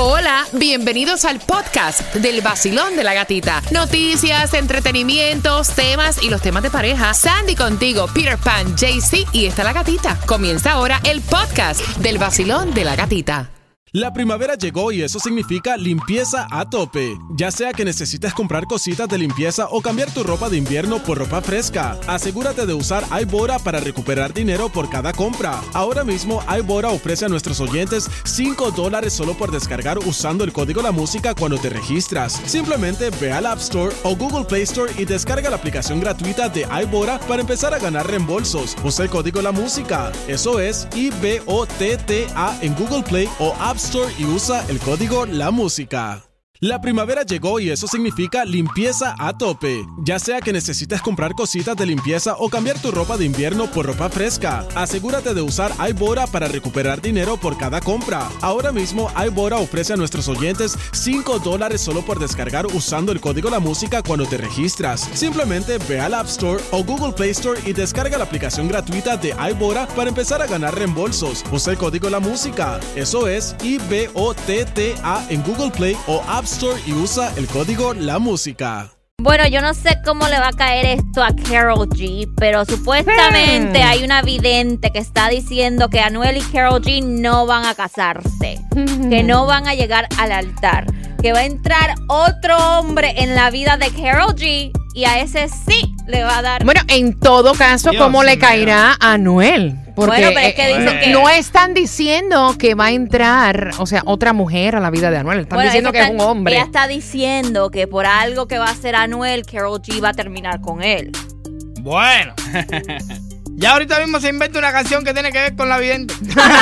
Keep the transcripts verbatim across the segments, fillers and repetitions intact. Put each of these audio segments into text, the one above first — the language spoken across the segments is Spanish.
Hola, bienvenidos al podcast del Vacilón de la Gatita. Noticias, entretenimientos, temas y los temas de pareja. Sandy contigo, Peter Pan, J C y está la gatita. Comienza ahora el podcast del Vacilón de la Gatita. La primavera llegó y eso significa limpieza a tope. Ya sea que necesites comprar cositas de limpieza o cambiar tu ropa de invierno por ropa fresca, asegúrate de usar iBora para recuperar dinero por cada compra. Ahora mismo iBora ofrece a nuestros oyentes cinco dólares solo por descargar usando el código La Música cuando te registras. Simplemente ve al App Store o Google Play Store y descarga la aplicación gratuita de iBora para empezar a ganar reembolsos. Usa el código La Música. Eso es I B O T T A en Google Play o App Store y usa el código La Música. La primavera llegó y eso significa limpieza a tope. Ya sea que necesites comprar cositas de limpieza o cambiar tu ropa de invierno por ropa fresca, asegúrate de usar iBora para recuperar dinero por cada compra. Ahora mismo iBora ofrece a nuestros oyentes cinco dólares solo por descargar usando el código La Música cuando te registras. Simplemente ve al App Store o Google Play Store y descarga la aplicación gratuita de iBora para empezar a ganar reembolsos. Usa el código La Música. Eso es I B O T T A en Google Play o App Store y usa el código La Música. Bueno, yo no sé cómo le va a caer esto a Karol G, pero supuestamente hmm. hay una vidente que está diciendo que Anuel y Karol G no van a casarse, hmm. que no van a llegar al altar, que va a entrar otro hombre en la vida de Karol G y a ese sí le va a dar... Bueno, en todo caso, Dios ¿cómo mío. le caerá a Anuel? Porque bueno, pero es que dicen eh, que... no están diciendo que va a entrar, o sea, otra mujer a la vida de Anuel. Están bueno, diciendo que está, es un hombre. Ella está diciendo que por algo que va a hacer Anuel, Karol G va a terminar con él. Bueno. Ya ahorita mismo se inventa una canción que tiene que ver con la vidente.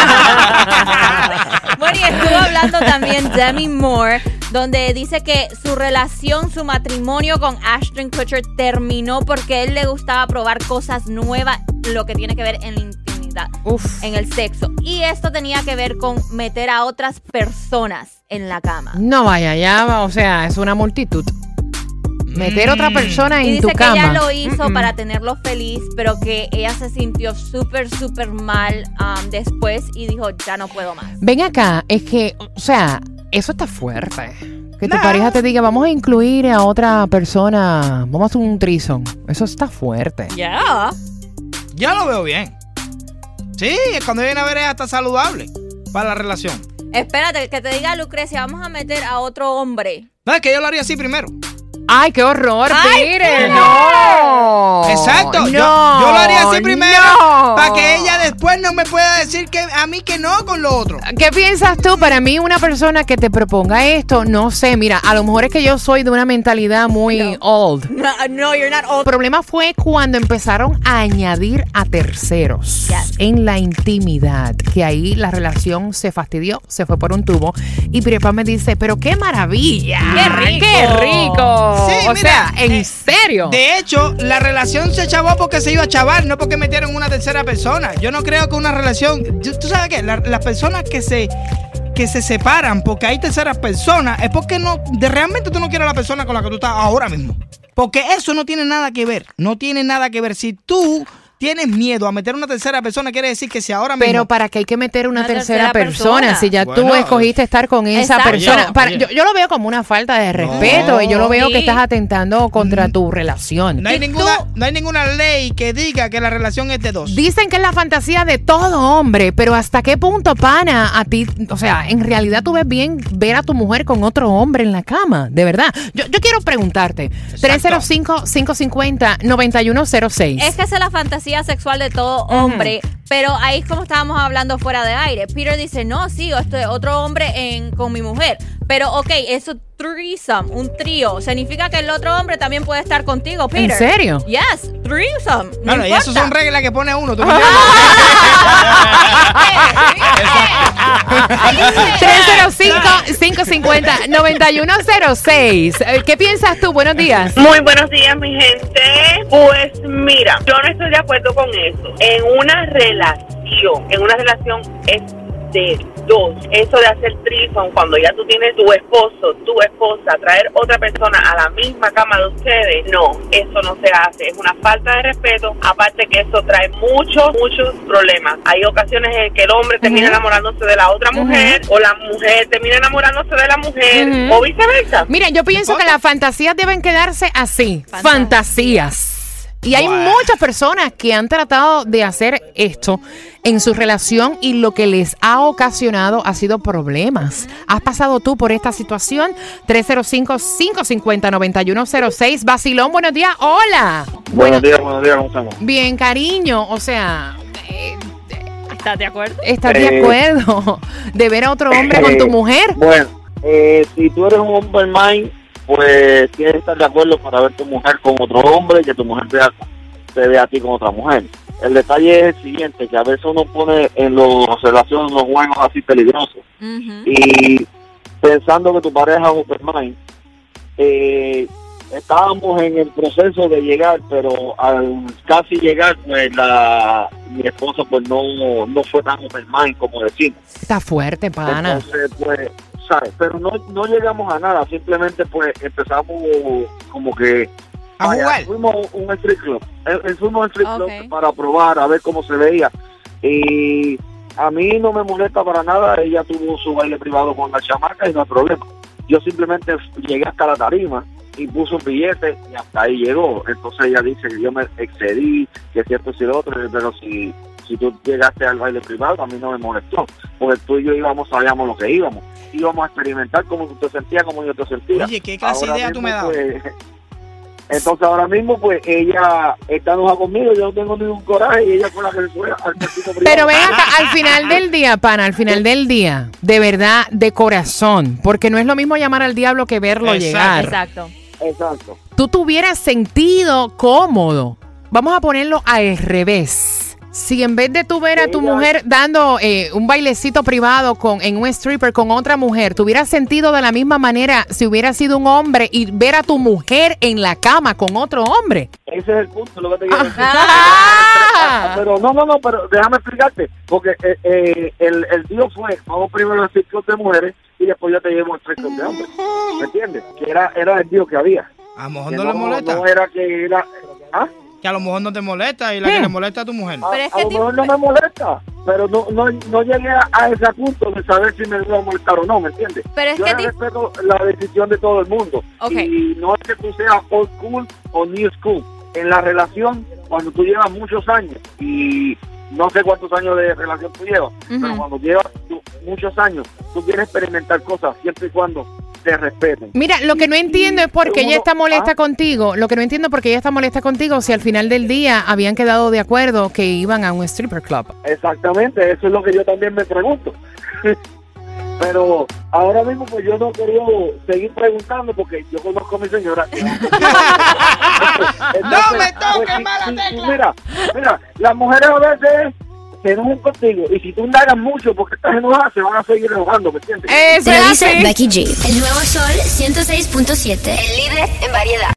Bueno, y estuvo hablando también Demi Moore, donde dice que su relación, su matrimonio con Ashton Kutcher terminó porque a él le gustaba probar cosas nuevas, lo que tiene que ver en la intimidad, Uf. en el sexo. Y esto tenía que ver con meter a otras personas en la cama. No vaya, ya, o sea, es una multitud. Meter a otra persona en y tu dice cama. que ella lo hizo Mm-mm. para tenerlo feliz, pero que ella se sintió súper, súper mal um, después y dijo, ya no puedo más. Ven acá, es que, o sea, eso está fuerte. Que tu nah. pareja te diga, vamos a incluir a otra persona, vamos a hacer un threesome. Eso está fuerte. Ya. Yeah. Yo lo veo bien. Sí, cuando viene a ver es hasta saludable para la relación. Espérate, que te diga Lucrecia, vamos a meter a otro hombre. No, es que yo lo haría así primero. ¡Ay, qué horror, Ay, Peter! no. ¡No! Exacto, no, yo, yo lo haría así primero no. para que ella después no me pueda decir que a mí que no con lo otro. ¿Qué piensas tú? Para mí, una persona que te proponga esto, no sé, mira, a lo mejor es que yo soy de una mentalidad muy no. old. No, no, you're not old. El problema fue cuando empezaron a añadir a terceros yes. en la intimidad, que ahí la relación se fastidió, se fue por un tubo. Y Peter Pan me dice, pero qué maravilla. ¡Qué rico! ¡Qué rico! Sí, o mira, sea, ¿en eh, serio? De hecho, la relación se chavó porque se iba a chavar, no porque metieron una tercera persona. Yo no creo que una relación... ¿Tú sabes qué? La, las personas que se... que se separan porque hay terceras personas es porque no de realmente tú no quieres a la persona con la que tú estás ahora mismo. Porque eso no tiene nada que ver. No tiene nada que ver. Si tú tienes miedo a meter una tercera persona, quiere decir que si ahora mismo... Pero ¿para qué hay que meter una, Una tercera, tercera persona? persona. Si ya Bueno, tú escogiste estar con esa exacto. persona. Oye, Para, oye. Yo, yo lo veo como una falta de respeto No. y yo lo veo Sí. que estás atentando contra tu relación. No hay, Y ninguna, tú- no hay ninguna ley que diga que la relación es de dos. Dicen que es la fantasía de todo hombre, pero ¿hasta qué punto, pana, a ti, o sea, en realidad tú ves bien ver a tu mujer con otro hombre en la cama? De verdad. Yo, yo quiero preguntarte, tres cero cinco, cinco cinco cero, nueve uno cero seis. Es que esa es la fantasía sexual de todo hombre, uh-huh. pero ahí es como estábamos hablando fuera de aire. Peter dice, no, sí, esto es otro hombre en, con mi mujer. Pero, ok, eso threesome, un trío, significa que el otro hombre también puede estar contigo, Peter. ¿En serio? Yes, threesome. No, Bueno, y importa. eso son reglas que pone uno. ¿Tú me tres cero cinco, cinco cinco cero, nueve uno cero seis. ¿Qué piensas tú? Buenos días. Muy buenos días, mi gente. Pues mira, yo no estoy de acuerdo con eso. En una relación, en una relación es de dos. Eso de hacer threesome cuando ya tú tienes tu esposo, tu esposa, traer otra persona a la misma cama de ustedes, no, eso no se hace. Es una falta de respeto. Aparte que eso trae muchos, muchos problemas. Hay ocasiones en que el hombre termina uh-huh. enamorándose de la otra mujer uh-huh. o la mujer termina enamorándose de la mujer uh-huh. o viceversa. Mira, yo pienso que las fantasías deben quedarse así. Fantasía. Fantasías. Y hay wow. muchas personas que han tratado de hacer esto en su relación y lo que les ha ocasionado ha sido problemas. ¿Has pasado tú por esta situación? tres cero cinco, cinco cinco cero, nueve uno cero seis. Basilón, buenos días. Hola. Buenos bueno, días, buenos días. ¿Cómo estamos? Bien, cariño. O sea... Eh, ¿Estás de acuerdo? ¿Estás eh, de acuerdo de ver a otro hombre eh, con tu mujer? Bueno, eh, si tú eres un hombre mind, pues tienes que estar de acuerdo para ver tu mujer con otro hombre y que tu mujer vea, te vea a ti con otra mujer. El detalle es el siguiente, que a veces uno pone en las relaciones los juegos así peligrosos uh-huh. y pensando que tu pareja es open mind, eh, estábamos en el proceso de llegar, pero al casi llegar, pues la mi esposo pues no, no fue tan open mind como decimos. Está fuerte, pana. Entonces, pues, ¿sabes? Pero no, no llegamos a nada, simplemente pues empezamos como que a vaya, jugar. Fuimos a un street club, eh, fuimos a un street okay. club para probar, a ver cómo se veía. Y a mí no me molesta para nada, ella tuvo su baile privado con la chamaca y no hay problema. Yo simplemente llegué hasta la tarima y puso un billete y hasta ahí llegó. Entonces ella dice que yo me excedí, que cierto y lo otro, pero si, si tú llegaste al baile privado a mí no me molestó, porque tú y yo íbamos, sabíamos lo que íbamos, íbamos a experimentar cómo tú te sentías, cómo yo te sentía. Oye, ¿qué clase de idea tú me das? Pues, entonces ahora mismo pues ella está enojada conmigo, yo no tengo ningún coraje y ella fue la que fue al partido privado. Pero ven acá, al final del día, pana, al final del día, de verdad, de corazón, porque no es lo mismo llamar al diablo que verlo Exacto. llegar. Exacto. Exacto. Tú te hubieras sentido cómodo. Vamos a ponerlo al revés. Si en vez de tú ver a tu Ella, mujer dando eh, un bailecito privado con en un stripper con otra mujer, ¿te hubieras sentido de la misma manera si hubiera sido un hombre y ver a tu mujer en la cama con otro hombre? Ese es el punto, lo que te quiero decir. Ah. Pero no, no, no, pero déjame explicarte, porque eh, eh, el, el Dios fue, vamos primero al ciclo de mujeres y después yo te llevo al ciclo de hombres, ¿me entiendes? Que era, era el Dios que había. A lo mejor Que no, no le molesta. No era que era... ¿Ah? Que a lo mejor no te molesta y la ¿Qué? que le molesta a tu mujer. A, Pero es a que lo ti- mejor no me molesta, pero no, no, no llegué a, a ese punto de saber si me iba a molestar o no, ¿me entiendes? Pero es Yo que le ti- respeto la decisión de todo el mundo. Okay. Y no es que tú seas old school o new school. En la relación, cuando tú llevas muchos años, y no sé cuántos años de relación tú llevas, Uh-huh. pero cuando llevas tú, muchos años, tú quieres experimentar cosas siempre y cuando te respeten. Mira, lo que no entiendo es por qué uno- ella está molesta ¿Ah? contigo. Lo que no entiendo es por qué ella está molesta contigo si al final del día habían quedado de acuerdo que iban a un stripper club. Exactamente, eso es lo que yo también me pregunto. Pero ahora mismo pues yo no quería seguir preguntando porque yo conozco a mi señora. Entonces, ¡No me toques, pues, si- mala si- tecla! Mira, mira, las mujeres a veces se enojan contigo y si tú indagas mucho porque estás enojada, se van a seguir enojando, ¿me entiendes? Eso Te lo es dice así. Becky G. El nuevo Sol ciento seis punto siete. El líder en variedad.